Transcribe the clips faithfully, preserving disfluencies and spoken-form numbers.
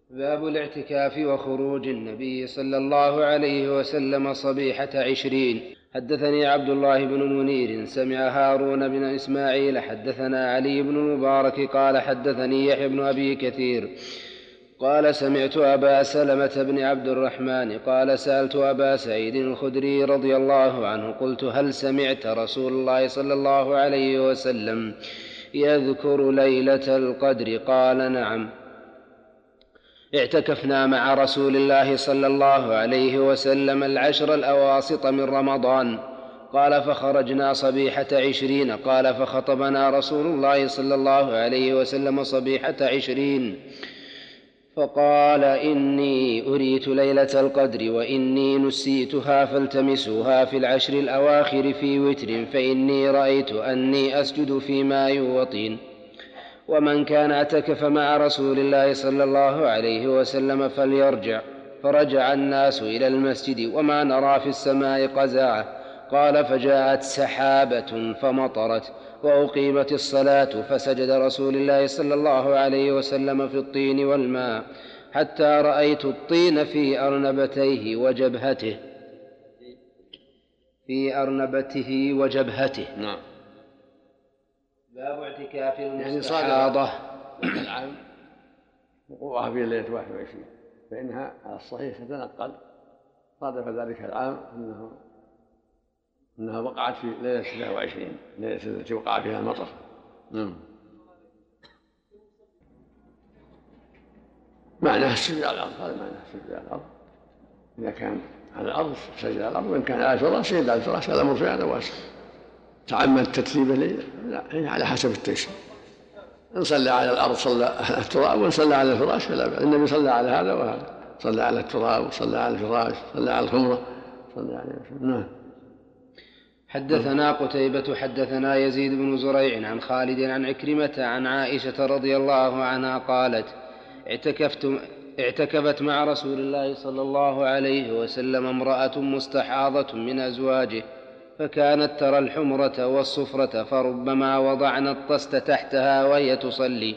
باب الاعتكاف وخروج النبي صلى الله عليه وسلم صبيحة عشرين. حدثني عبد الله بن منير سمع هارون بن إسماعيل حدثنا علي بن المبارك قال حدثني يحيى بن أبي كثير قال سمعت أبا سلمة بن عبد الرحمن قال سألت أبا سعيد الخدري رضي الله عنه قلت هل سمعت رسول الله صلى الله عليه وسلم يذكر ليلة القدر؟ قال نعم، اعتكفنا مع رسول الله صلى الله عليه وسلم العشر الأواسط من رمضان. قال فخرجنا صبيحة عشرين. قال فخطبنا رسول الله صلى الله عليه وسلم صبيحة عشرين فقال إني أريت ليلة القدر وإني نسيتها فالتمسوها في العشر الأواخر في وتر فإني رأيت أني أسجد فيما يوطين. ومن كان اعتكف مع رسول الله صلى الله عليه وسلم فليرجع. فرجع الناس إلى المسجد وما نرى في السماء قزاعة. قال فجاءت سحابة فمطرت وأقيمت الصلاة فسجد رسول الله صلى الله عليه وسلم في الطين والماء حتى رأيت الطين في أرنبتيه وجبهته في أرنبته وجبهته. نعم. باب اعتكاف المستحاضة يعني العام وقوعها في ليلة واحد وعشرين، فإنها على الصحيح تتنقل. صادف ذلك العام أنه أنها وقعت في ليلة ستة وعشرين، ليلة التي وقع فيها المطر. نعم. معناها السجود على الأرض، هذا معناها السجود على الأرض. إذا كان على الأرض سجد على الأرض، وإن كان على الفراش سجد على الفراش، هذا أمر في هذا واسع. تعمد ترتيبه ليلة لا، على حسب التيسير. إن صلى على الأرض صلى على التراب، وإن صلى على الفراش فلا بأس. النبي صلى على هذا وهذا، صلى على التراب وصلى على الفراش، صلى على الخمرة، صلى عليه. نعم. حدثنا قتيبة حدثنا يزيد بن زريع عن خالد عن عكرمة عن عائشة رضي الله عنها قالت اعتكفت اعتكفت مع رسول الله صلى الله عليه وسلم امرأة مستحاضة من أزواجه، فكانت ترى الحمرة والصفرة فربما وضعنا الطست تحتها وهي تصلي.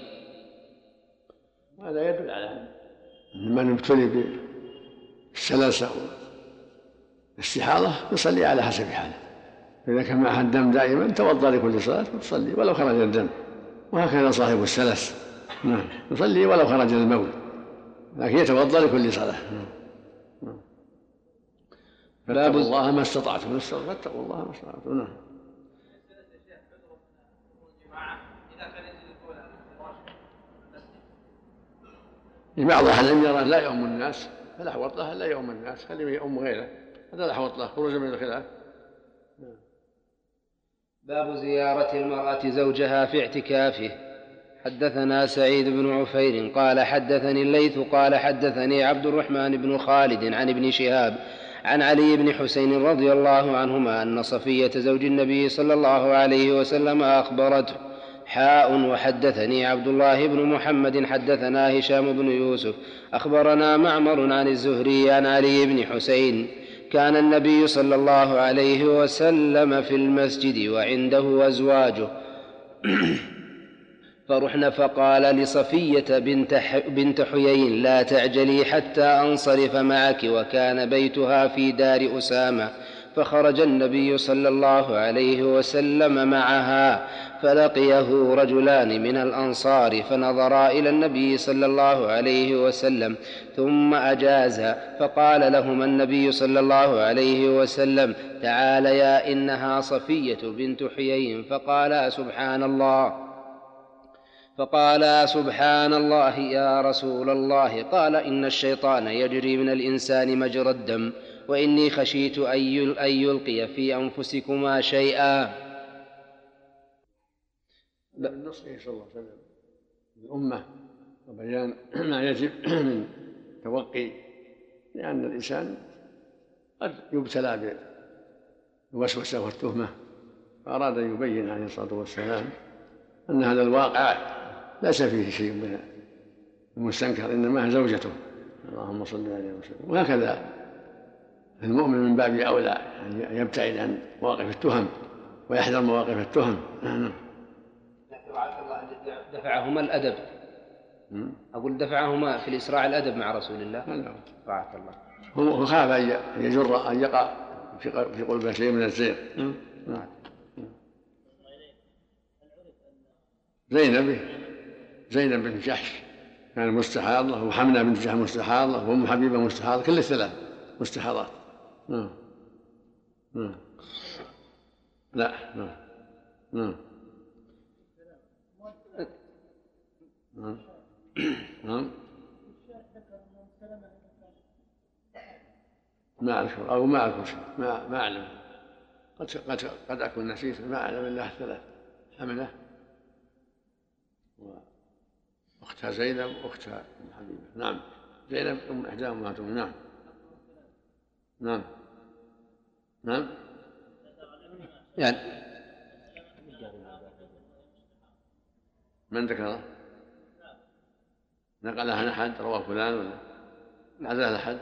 هذا يدل على أن من ابتلي بالسلاسة والاستحاضة يصلي على حسب حاله. إذا كان معها الدم دائما توضأ لكل صلاة وتصلي ولو خرج الدم، وهكذا صاحب السلس نعم يصلي ولو خرج المول، لكن يتوضأ لكل صلاة. نعم. فاتقوا الله ما استطعتم، فاتقوا الله ما استطعتم. نعم. بعض أهل العلم يرى لا يؤم الناس، فلا حوط له لا يؤم الناس، خليه يؤم غيره، هذا لا حوط له خروجا من الخلاف. باب زيارة المرأة زوجها في اعتكافه. حدثنا سعيد بن عفير قال حدثني الليث قال حدثني عبد الرحمن بن خالد عن ابن شهاب عن علي بن حسين رضي الله عنهما أن صفية زوج النبي صلى الله عليه وسلم أخبرته حاء. وحدثني عبد الله بن محمد حدثنا هشام بن يوسف أخبرنا معمر عن الزهري عن علي بن حسين كان النبي صلى الله عليه وسلم في المسجد وعنده أزواجه فرحنا فقال لصفية بنت حيين لا تعجلي حتى أنصرف معك، وكان بيتها في دار أسامة. فخرج النبي صلى الله عليه وسلم معها فلقيه رجلان من الأنصار فنظرا إلى النبي صلى الله عليه وسلم ثم أجازا، فقال لهما النبي صلى الله عليه وسلم تعاليا إنها صفية بنت حيين. فقالا سبحان الله فقالا سبحان الله يا رسول الله. قال إن الشيطان يجري من الإنسان مجرى الدم، وإني خشيت أن يلقي في أنفسكما شيئا. النصح صلى الله عليه وسلم الأمة وبيان ما يجب من توقي، لأن الإنسان قد يبتلى بالوسوسة والتهمة، فأراد أن يبين عليه الصلاة والسلام أن هذا الواقع ليس فيه شيء من المستنكر، إنما هي زوجته اللهم صل عليه وسلم. وهكذا المؤمن من باب أولى أن يبتعد عن مواقف التهم ويحذر مواقف التهم. دفعهما الأدب أقول دفعهما في الإسراع الأدب مع رسول الله. لا رعاك الله. هو خاف أن يجر أن يقع في قلبه شيء من الزيغ. زينب زينب بنت جحش كان مستحاضة، وحمنة بنت جحش مستحاضة، وأم حبيبة مستحاضة، كل الثلاث مستحاضات. نعم نعم لا نعم نعم نعم نعم ما أعرف أو ما أعرف شيء، ما ما أعلم، قد قد قد أكون نسيت، ما أعلم إلا الثلاث: حمنة وأختها زينب وأختها أم حبيبة. نعم زينب أم إحدى أمهاتهم. نعم نعم نعم يعني من ذكره؟ نقلها عن أحد؟ رواه فلان ولا عزاه أحد؟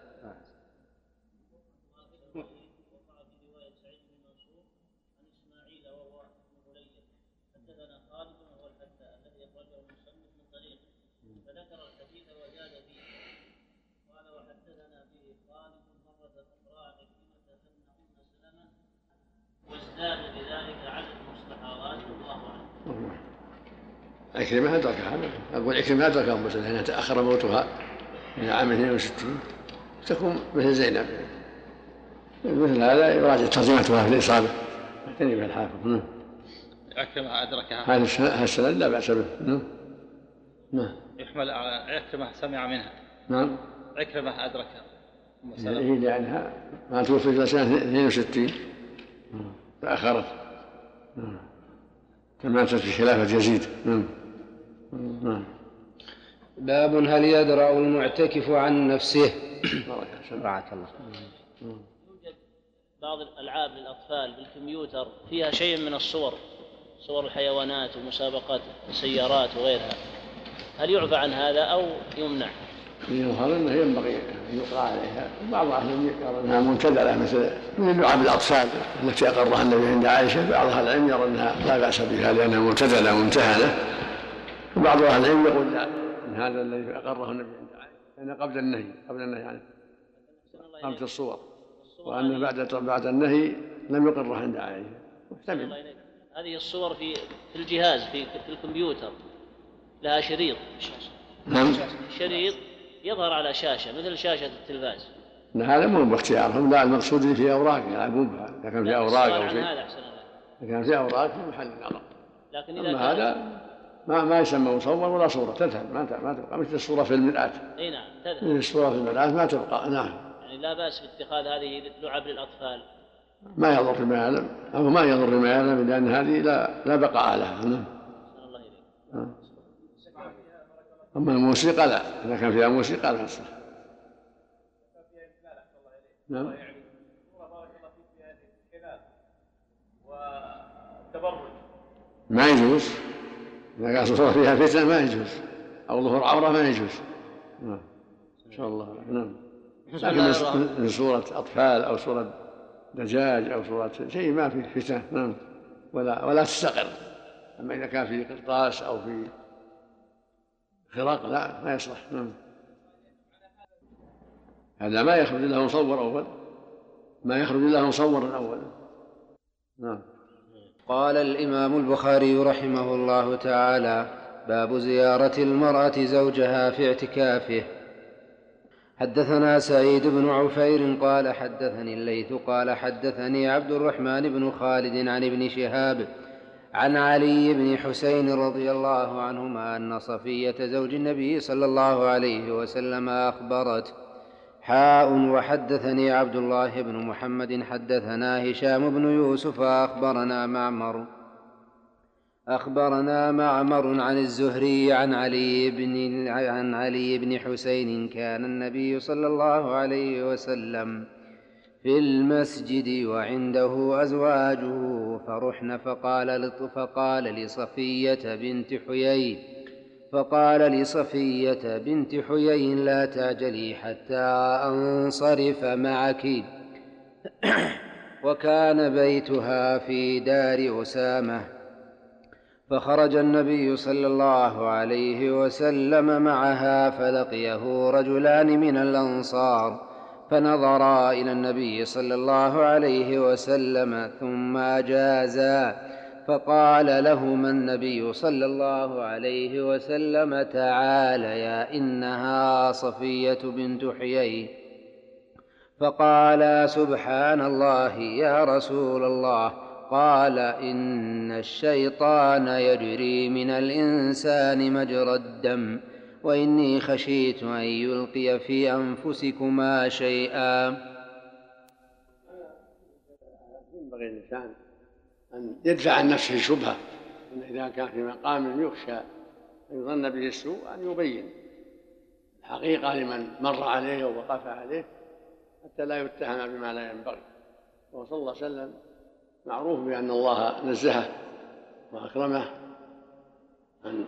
عكرمة أدركها، أقول عكرمة أدركها أم سلمة لأنها تأخر موتها إلى عام اثنين وستين، تكون مثل زينب. مثل هذا يراجع ترجمتها في الإصابة، اعتني بها الحافظ. عكرمة أدركها هذا السند لا بأس به. نعم يحمل عكرمة سمع منها. نعم عكرمة أدركها هي لأنها ما توفي في سنة اثنين وستين تأخرت، ماتت في خلافة يزيد. نعم. باب هل يدرأ المعتكف عن نفسه؟ رعاك الله. يوجد بعض الألعاب للأطفال بالكمبيوتر فيها شيء من الصور، صور الحيوانات ومسابقات السيارات وغيرها، هل يعفى عن هذا أو يمنع؟ يظهر أنه ينبغي أن يقرأ عليها، بعض أهل يرى أنها مبتذلة مثل من لعب الأطفال التي أقرها النبي عند عائشة، بعض أهل العلم يرى أنها لا بأس بها لأنها مبتذلة وممتهنة، وبعض أهل العلم يقول لا، من هذا الذي أقره النبي عند عائشة كان قبل النهي قبل النهي عنه قبل الصور، وأن بعد بعد النهي لم يقره عند عائشة. محتمل. هذه الصور في في الجهاز في في الكمبيوتر لها شريط نعم شريط يظهر على شاشة مثل شاشة التلفاز. هذا مو باختيارهم، لا، المقصود في أوراق يلعبون بها، إذا كان في أوراق أو شيء، إذا كان في أوراق في محل النظر. لكن إذا أما هذا ما ما يسمى مصور ولا صورة، تذهب ما ما تبقى مثل الصورة في المرآة. أي نعم تذهب. مثل الصورة في المرآة ما تبقى. نعم. يعني لا بأس باتخاذ هذه لعب للأطفال. ما يضر بما يعلم أو ما يضر بما يعلم، لأن هذه لا لا بقاء لها. نعم. الله إليك. أما الموسيقى لا، إذا كان فيها موسيقى لا تصح. نعم. ما يجوز، إذا كان صورة فيها فتنة ما يجوز، أو ظهور عورة ما يجوز. نعم إن شاء الله. نعم. لكن من صورة أطفال أو صورة دجاج أو صورة شيء ما فيه فتنة. نعم. ولا ولا تستقر. أما إذا كان في قرطاس أو في خرق لا ما يصلح. نعم. هذا ما يخرج له مصور أول، ما يخرج له مصور أول. نعم. قال الإمام البخاري رحمه الله تعالى: باب زيارة المرأة زوجها في اعتكافه. حدثنا سعيد بن عفير قال حدثني الليث قال حدثني عبد الرحمن بن خالد عن ابن شهاب عن علي بن حسين رضي الله عنهما أن صفية زوج النبي صلى الله عليه وسلم أخبرت حاء وحدثني عبد الله بن محمد حدثنا هشام بن يوسف أخبرنا معمر أخبرنا معمر عن الزهري عن علي بن عن علي بن حسين كان النبي صلى الله عليه وسلم في المسجد وعنده أزواجه فرحن فقال فقال لصفية بنت حيي فقال لصفية بنت حيي لا تعجلي حتى أنصرف معك. وكان بيتها في دار أسامة. فخرج النبي صلى الله عليه وسلم معها فلقيه رجلان من الأنصار فنظرا إلى النبي صلى الله عليه وسلم ثم أجازا، فقال لهما النبي صلى الله عليه وسلم: تعاليا إنها صفية بنت حيي. فقالا: سبحان الله يا رسول الله. قال: إن الشيطان يجري من الإنسان مجرى الدم، وإني خشيت أن يلقي في أنفسكما شيئا. ينبغي الإنسان أن يدفع عن نفسه الشبهة، إن إذا كان في مقام يخشى أن يظن به السوء أن يبين الحقيقة لمن مر عليه ووقف عليه حتى لا يتهم بما لا ينبغي. وصلى الله عليه وسلم معروف بأن الله نزهه وأكرمه عن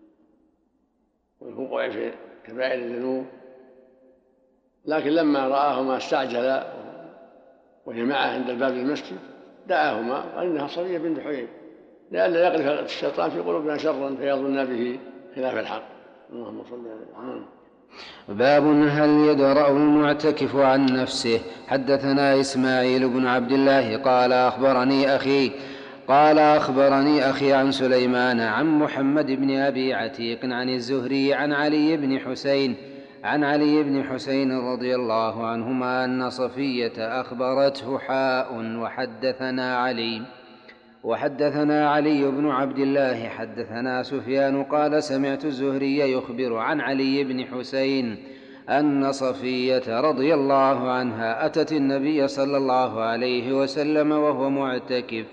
الوقوع في كبائر الذنوب، لكن لما رآهما استعجلا وهي معه عند الباب المسجد دعاهما قال: إنها صفية بنت حيي، لئلا يقذف الشيطان في قلوبنا شرا فيظن به خلاف الحق. اللهم صل على محمد. باب هل يدرأ المعتكف عن نفسه. حدثنا إسماعيل بن عبد الله قال أخبرني أخي قال أخبرني أخي عن سليمان عن محمد بن أبي عتيق عن الزهري عن علي بن حسين عن علي بن حسين رضي الله عنهما أن صفية أخبرته حاء وحدثنا علي وحدثنا علي بن عبد الله حدثنا سفيان قال سمعت الزهري يخبر عن علي بن حسين أن صفية رضي الله عنها أتت النبي صلى الله عليه وسلم وهو معتكف،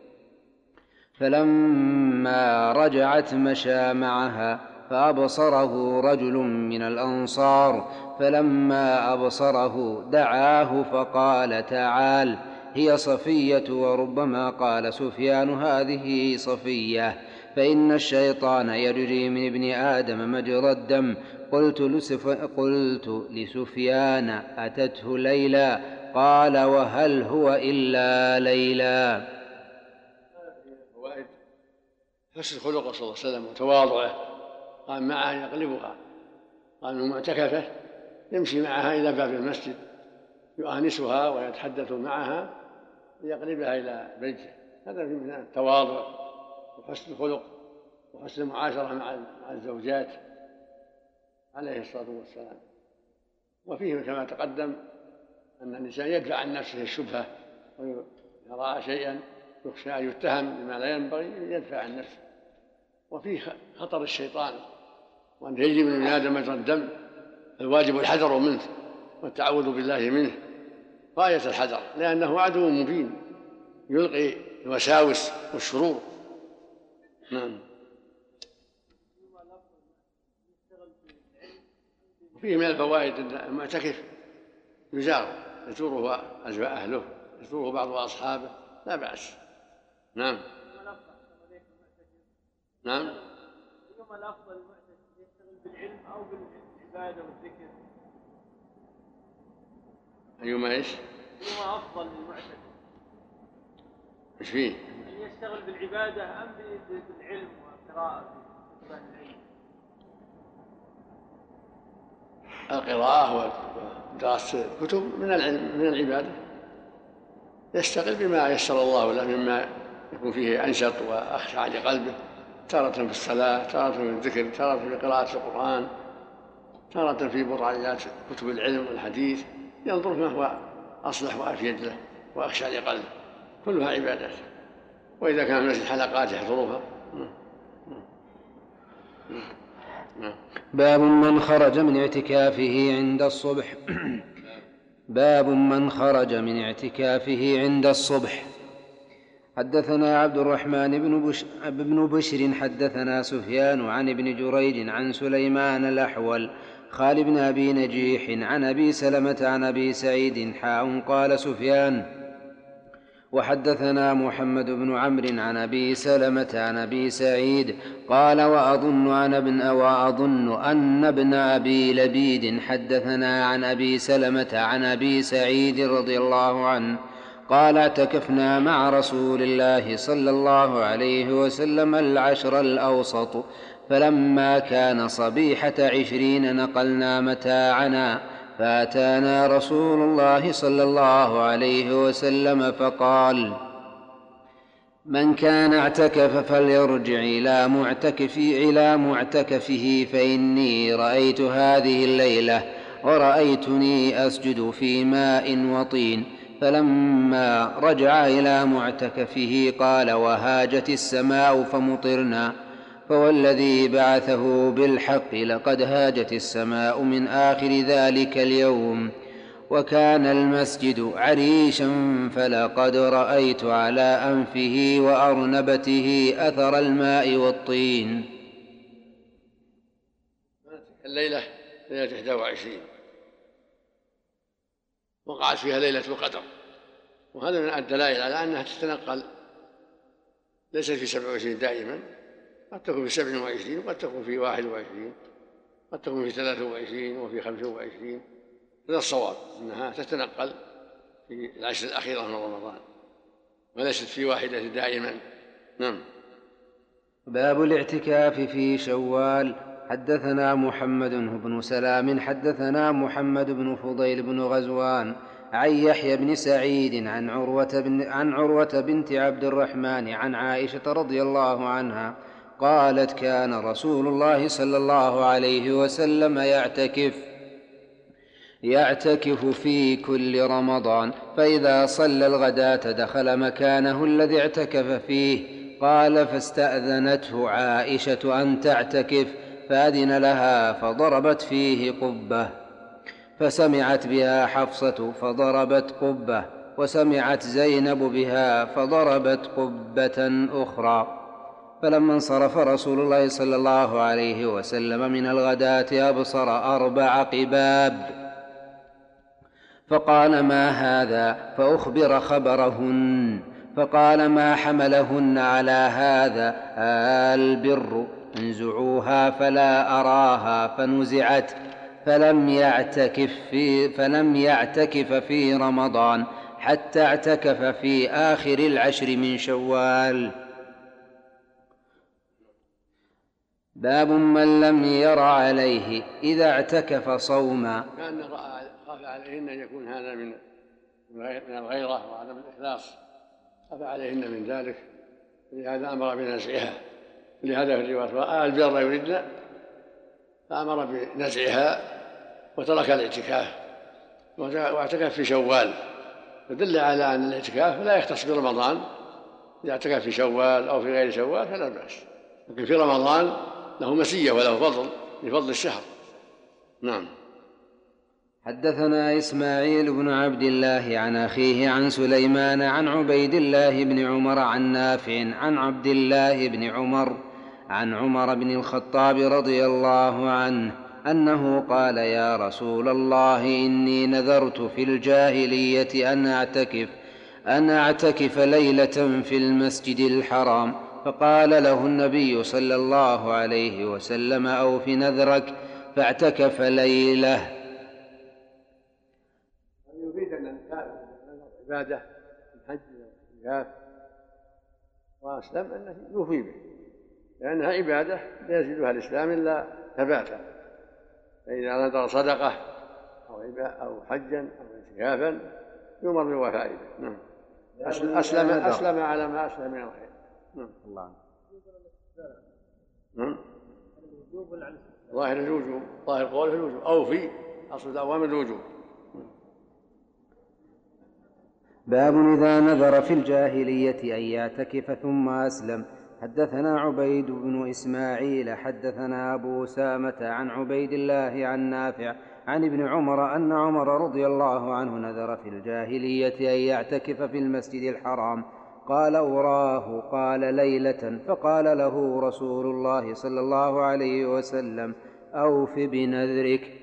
فلما رجعت مشى معها فأبصره رجل من الأنصار، فلما أبصره دعاه فقال: تعال هي صفية. وربما قال سفيان: هذه صفية، فإن الشيطان يجري من ابن آدم مجرى الدم. قلت, لسف... قلت لسفيان: أتته ليلى؟ قال: وهل هو إلا ليلى؟ فوائد حسن خلقه صلى الله عليه وسلم وتواضعه، قام معها يقلبها، قال انه معتكفه يمشي معها الى باب المسجد يؤانسها ويتحدث معها ليقلبها الى بيته. هذا من التواضع وحسن الخلق وحسن المعاشره مع الزوجات عليه الصلاه والسلام. وفيه كما تقدم ان الانسان يدفع عن نفسه الشبهه، وإذا راى شيئا يخشى ان يتهم بما لا ينبغي يدفع عن نفسه. وفيه خطر الشيطان وأن يجري من ابن آدم مجرى الدم، الواجب الحذر منه والتعوذ بالله منه غاية الحذر، لأنه عدو مبين يلقي الوساوس والشرور. نعم. وفيه من الفوائد أن المعتكف يزار يزوره أهله، يزوره بعض أصحابه، لا بأس. نعم. نعم. أيهما الأفضل المعتكف يشتغل بالعلم أو بالعبادة والذكر؟ أيهما إيش؟ أيهما أفضل للمعتكف؟ إيش فيه؟ أن يشتغل بالعبادة أم بالعلم والقراءة في العلم؟ القراءة ودراسة الكتب من العلم من العبادة، يشتغل بما يسر الله له مما يكون فيه أنشط وأخشع لقلبه، تارة في الصلاة، تارة في الذكر، تارة في قراءة القرآن، تارة في برعيات كتب العلم والحديث، ينظر ما هو أصلح وأفيد له وأخشع لقلبه، كلها عبادات. وإذا كان من الحلقات يحضرها. باب من خرج من اعتكافه عند الصبح. باب من خرج من اعتكافه عند الصبح. حدثنا عبد الرحمن بن, بش بن بشر حدثنا سفيان عن ابن جريج عن سليمان الأحول خالد بن أبي نجيح عن أبي سلمة عن أبي سعيد حاء قال سفيان وحدثنا محمد بن عمرو عن أبي سلمة عن أبي سعيد قال وأظن أن ابن, وأظن أن ابن أبي لبيد حدثنا عن أبي سلمة عن أبي سعيد رضي الله عنه قال: اعتكفنا مع رسول الله صلى الله عليه وسلم العشر الأوسط، فلما كان صبيحة عشرين نقلنا متاعنا، فأتانا رسول الله صلى الله عليه وسلم فقال: من كان اعتكف فليرجع إلى معتكفه, إلى معتكفه فإني رأيت هذه الليلة ورأيتني أسجد في ماء وطين. فلما رجع إلى معتكفه قال: وهاجت السماء فمطرنا، فوالذي بعثه بالحق لقد هاجت السماء من آخر ذلك اليوم، وكان المسجد عريشا، فلقد رأيت على أنفه وأرنبته أثر الماء والطين. الليلة ليلة إحدى وعشرين وقعت فيها ليلة القدر، وهذا من الدلائل على أنها تتنقل، ليست في سبع وعشرين دائما، قد تكون في سبع وعشرين وقد تكون في واحد وعشرين، قد تكون في ثلاث وعشرين وفي خمس وعشرين. هذا الصواب، أنها تتنقل في العشر الأخيرة من رمضان وليست في واحدة دائما. نعم. باب الاعتكاف في شوال. حدثنا محمد بن سلام حدثنا محمد بن فضيل بن غزوان عن يحيى بن سعيد عن عروة, بن عن عروة بنت عبد الرحمن عن عائشة رضي الله عنها قالت: كان رسول الله صلى الله عليه وسلم يعتكف يعتكف في كل رمضان، فإذا صلى الغداة دخل مكانه الذي اعتكف فيه. قال: فاستأذنته عائشة أن تعتكف، فأذن لها فضربت فيه قبة، فسمعت بها حفصة فضربت قبة، وسمعت زينب بها فضربت قبة أخرى. فلما انصرف رسول الله صلى الله عليه وسلم من الغداة أبصر أربع قباب، فقال: ما هذا؟ فأخبر خبرهن، فقال: ما حملهن على هذا؟ البر، انزعوها فلا أراها. فنزعت، فلم يعتكف في, فلم يعتكف في رمضان حتى اعتكف في آخر العشر من شوال. باب من لم ير عليه إذا اعتكف صوما. كان خاف عليهن أن يكون هذا من من الغيرة وعدم الإخلاص، خاف عليهن من ذلك، لهذا أمر بنزعها. لهذا في الرواية: رأى البر يردن، فأمر بنزعها وترك الاعتكاف واعتكف في شوال، فدل على أن الاعتكاف لا يختص برمضان. إذا اعتكف في شوال أو في غير شوال فلا بأس، لكن في رمضان له مسية وله فضل لفضل الشهر. نعم. حدثنا إسماعيل بن عبد الله عن أخيه عن سليمان عن عبيد الله بن عمر عن نافع عن عبد الله بن عمر عن عمر بن الخطاب رضي الله عنه أنه قال: يا رسول الله، إني نذرت في الجاهلية أن أعتكف أن أعتكف ليلة في المسجد الحرام. فقال له النبي صلى الله عليه وسلم: أوف نذرك، فاعتكف ليلة. يريد أن العبادة الحج والإعتكاف وأسلم أنه يوفي به، لأنها عبادة لا يزيدها الإسلام إلا ثباتا. فإذا نذر صدقة أو حجا أو اعتكافا يؤمر بالوفاء به. نعم. أسلم أسلم على ما أسلم من الخير. نعم. الله. نعم. ظاهر الوجوب، ظاهر قوله الوجوب، أو في أصل الأوامر الوجوب. باب إذا نذر في الجاهلية أن يعتكف ثم أسلم. حدثنا عبيد بن إسماعيل حدثنا أبو أسامة عن عبيد الله عن نافع عن ابن عمر أن عمر رضي الله عنه نذر في الجاهلية أن يعتكف في المسجد الحرام. قال: أراه قال ليلة. فقال له رسول الله صلى الله عليه وسلم: أوف بنذرك.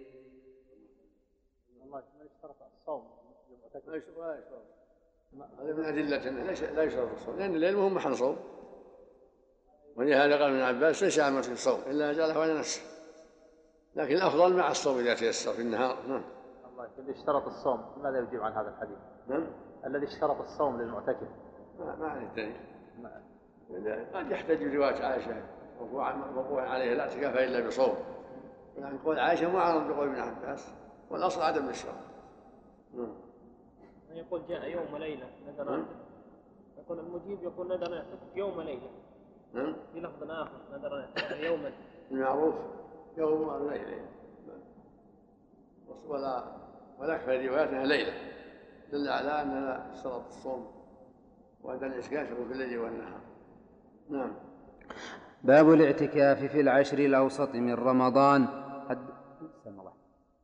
هذا من أدلة لا يشرط الصوم، لأن الليل مهم محل صوم، ولهذا قال ابن عباس: ليس عمل في الصوم إلا جعله على نفسه، لكن الأفضل مع الصوم إذا تيسر في النهار. نعم. الله يشترط الصوم، لماذا يجيب عن هذا الحديث؟ نعم. الذي اشترط الصوم للمعتكف. ما ما عليه دليل. قد يحتج برواية عائشة موقوع عليه لا اعتكاف إلا بصوم، ولكن قول عائشة معارض بقول ابن عباس، والأصل عدم الشرط. يقول جاء يوم وليلة نذر، يقول المجيب يقول نذر يعتكف يوم وليلة. نعم. في لفظ آخر نذر يعتكف يوما. المعروف يوم وليلة، ولا ولا في رواياتها ليلة، دل على أننا اشترط الصوم وأن الاعتكاف في الليل والنهار. نعم. باب الاعتكاف في العشر الأوسط من رمضان. حد الله.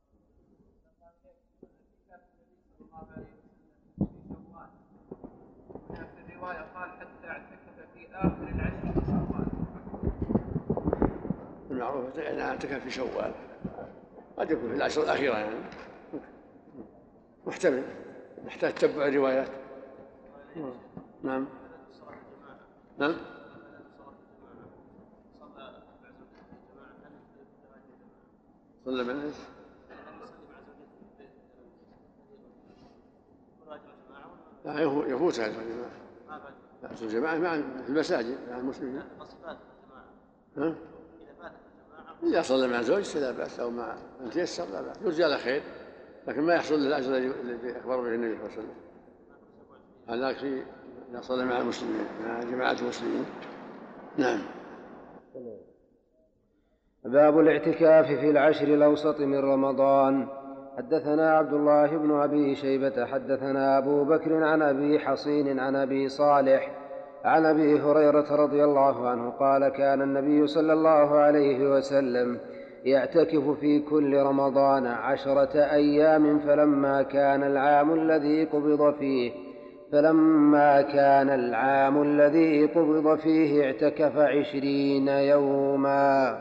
في الرواية قال حتى اعتكف في آخر العشر من شوال. المعروف أن اعتكف في شوال، قد يكون في العشر الأخيرة يعني، محتمل، نحتاج تتبع الروايات. نعم. نعم. صلى مع ايش؟ لا يفوت هذا الجماعة. لا الجماعة مع المساجد مع المسلمين. ها؟ إذا صلى مع زوجته لا بأس، أو مع من تيسر لا بأس، يرجى له خير، لكن ما يحصل للأجر الذي أخبر به النبي صلى الله عليه وسلم. هذاك في إذا صلى مع المسلمين مع جماعة المسلمين. نعم. باب الاعتكاف في العشر الأوسط من رمضان. حدثنا عبد الله بن أبي شيبة حدثنا أبو بكر عن أبي حصين عن أبي صالح عن أبي هريرة رضي الله عنه قال كان النبي صلى الله عليه وسلم يعتكف في كل رمضان عشرة أيام فلما كان العام الذي قبض فيه فلما كان العام الذي قبض فيه اعتكف عشرين يوما.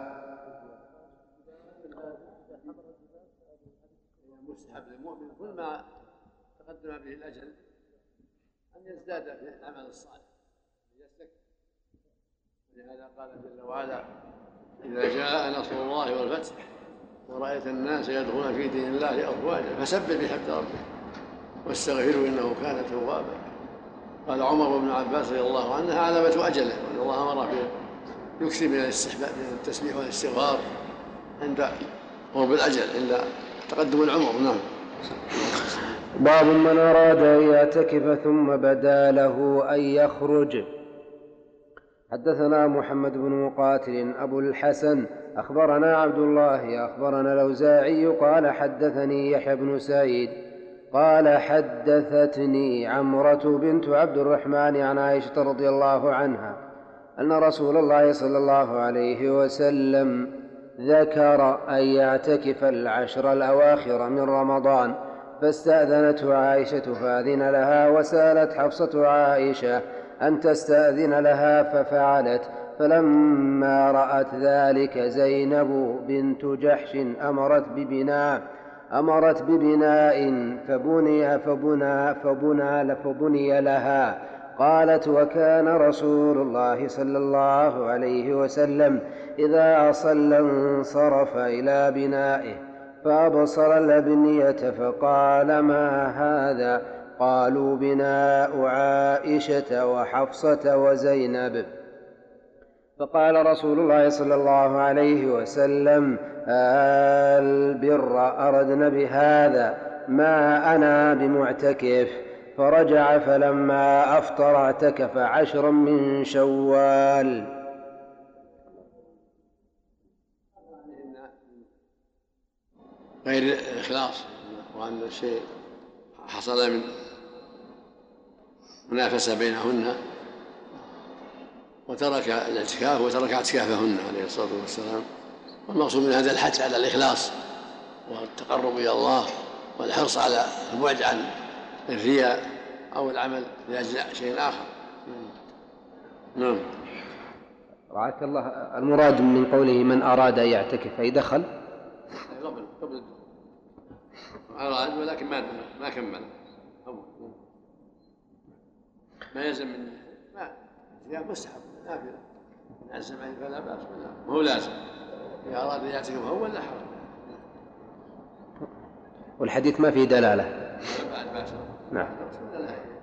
مستحب للمؤمن كل ما تقدم به الأجل أن يزداد في العمل الصالح يستكثر، ولهذا قال جل وعلا إذا جاء نصر الله والفتح ورأيت الناس يدخلون في دين الله أفواجا فسبح بحمد ربك واستغفره إنه كان توابا. قال عمر بن عباس رضي الله عنه علامة أجله، وأن الله أمر يكثر من التسبيح والاستغفار عند قرب الأجل عند تقدم العمر. نعم. باب من أراد أن يعتكف ثم بدا له أن يخرج. حدثنا محمد بن مقاتل أبو الحسن أخبرنا عبد الله أخبرنا الأوزاعي قال حدثني يحيى بن سعيد قال حدثتني عمرة بنت عبد الرحمن عن عائشة رضي الله عنها أن رسول الله صلى الله عليه وسلم ذكر أن يعتكف العشر الأواخر من رمضان فاستأذنته عائشة فأذن لها وسألت حفصة عائشة أن تستأذن لها ففعلت، فلما رأت ذلك زينب بنت جحش أمرت ببناء أمرت ببناء فبني فبنى فبنى فبني لها. قالت وكان رسول الله صلى الله عليه وسلم إذا صلى انصرف إلى بنائه فأبصر الأبنية فقال ما هذا؟ قالوا بناء عائشة وحفصة وزينب. فقال رسول الله صلى الله عليه وسلم البر أردن بهذا ما أنا بمعتكف. فرجع فلما أفطر اعتكف عشرا من شوال. غير الإخلاص وأن الشيء حصل من منافسة بينهن وترك الاعتكاف وترك اعتكافهن عليه الصلاة والسلام. والمقصود من هذا الحث على الإخلاص والتقرب إلى الله والحرص على البعد عن الرياء أو العمل لأجل شيء آخر. نعم. رعاك الله. المراد من قوله من أراد أن يعتكف أي دخل قبل قبل أراد ولكن ما ما كمل ما يلزم من ما هي مستحب نافلة عزم عليه فلا بأس ما هو لازم. إذا أراد أن يعتكف هو ولا حرج. والحديث ما فيه دلالة. بعد بأس. نعم.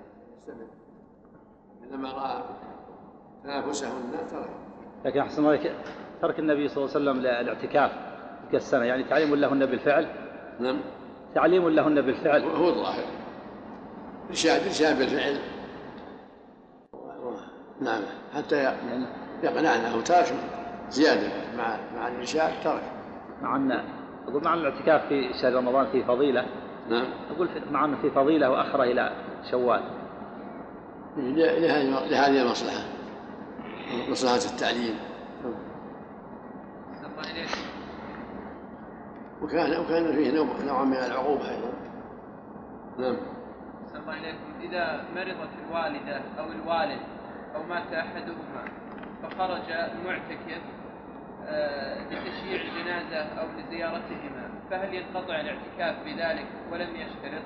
يستمر، لما رأى تنافسهن ترك. لكن أحسن الله ترك النبي صلى الله عليه وسلم الاعتكاف تلك السنة يعني تعليم لهن بالفعل؟ نعم، تعليم لهن بالفعل هو الظاهر، إرشاد إرشاد بالفعل. نعم، حتى يقنعن أو ترك زيادة مع مع الإرشاد ترك. مع أن أقول مع الاعتكاف في شهر رمضان في فضيلة. نعم، أقول مع أنه في فضيلة وأخره إلى شوال لهذه المصلحة، مصلحة التعليم. وكان وكان فيه نوع من العقوبة أيضا. نعم. أحسن الله إليكم، إذا مرضت الوالدة أو الوالد أو مات أحدهما فخرج المعتكف لتشييع الجنازة أو لزيارتهما، فهل ينقطع الاعتكاف بذلك ولم يشترط؟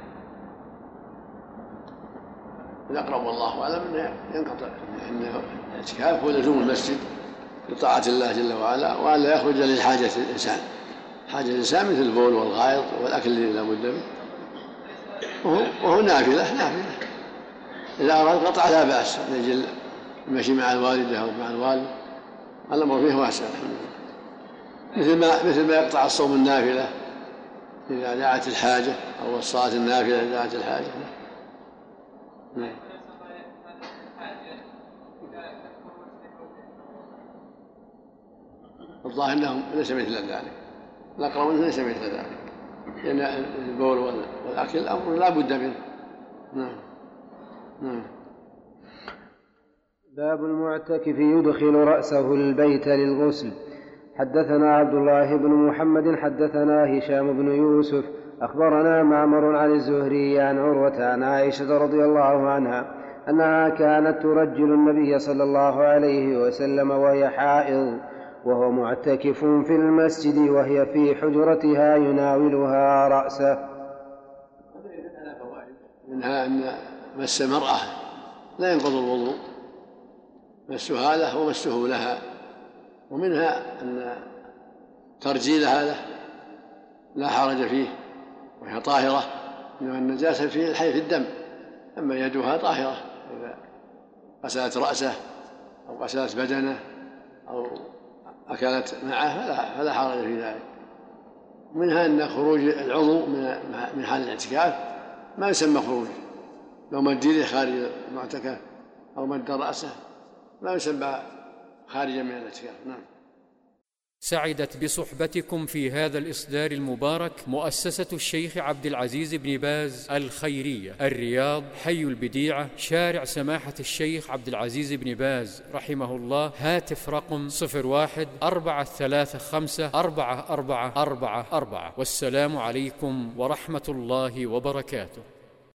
الأقرب والله أعلم أنه ينقطع، لأن الاعتكاف هو لزوم المسجد لطاعة الله جل وعلا، وأن لا يخرج لحاجة الإنسان. حاجة الإنسان مثل البول والغائط والأكل الذي لا بد منه، وهو, وهو نافلة نافلة إذا أراد قطع لا بأس، نجل المشي مع الوالدة أو مع الوالد الأمر فيه واسع الحمد لله. مثل ما مثل ما يقطع الصوم النافلة إذا دعت الحاجة، أو الصلاة النافلة إذا دعت الحاجة. نعم. الظاهر أنهم ليس مثل ذلك، الأقرب أنه ليس مثل ذلك، لأن البول والأكل الأمر لا بد منه. نعم. نعم. باب المعتكف يدخل رأسه البيت للغسل. حدثنا عبد الله بن محمد حدثنا هشام بن يوسف أخبرنا معمر عن الزهري عن عروة عن عائشة رضي الله عنها أنها كانت ترجل النبي صلى الله عليه وسلم وهي حائض وهو معتكف في المسجد وهي في حجرتها يناولها رأسه. منها أن مس المرأة لا ينقض الوضوء، مسها له ومسه لها. ومنها أن ترجيلها له لا حرج فيه وهي طاهرة، إنما النجاسة في الحي في الدم، أما يدها طاهرة إذا غسلت رأسه أو غسلت بدنه أو أكلت معه فلا, فلا حرج في ذلك. منها أن خروج العضو من حال الاعتكاف ما يسمى خروج، لو مد يده خارج المعتكف أو مد رأسه ما يسمى خارجا من الاعتكاف. نعم. سعدت بصحبتكم في هذا الإصدار المبارك مؤسسة الشيخ عبد العزيز بن باز الخيرية، الرياض، حي البديعة، شارع سماحة الشيخ عبد العزيز بن باز رحمه الله. هاتف رقم صفر واحد أربعة ثلاثة خمسة أربعة أربعة أربعة أربعة. والسلام عليكم ورحمة الله وبركاته.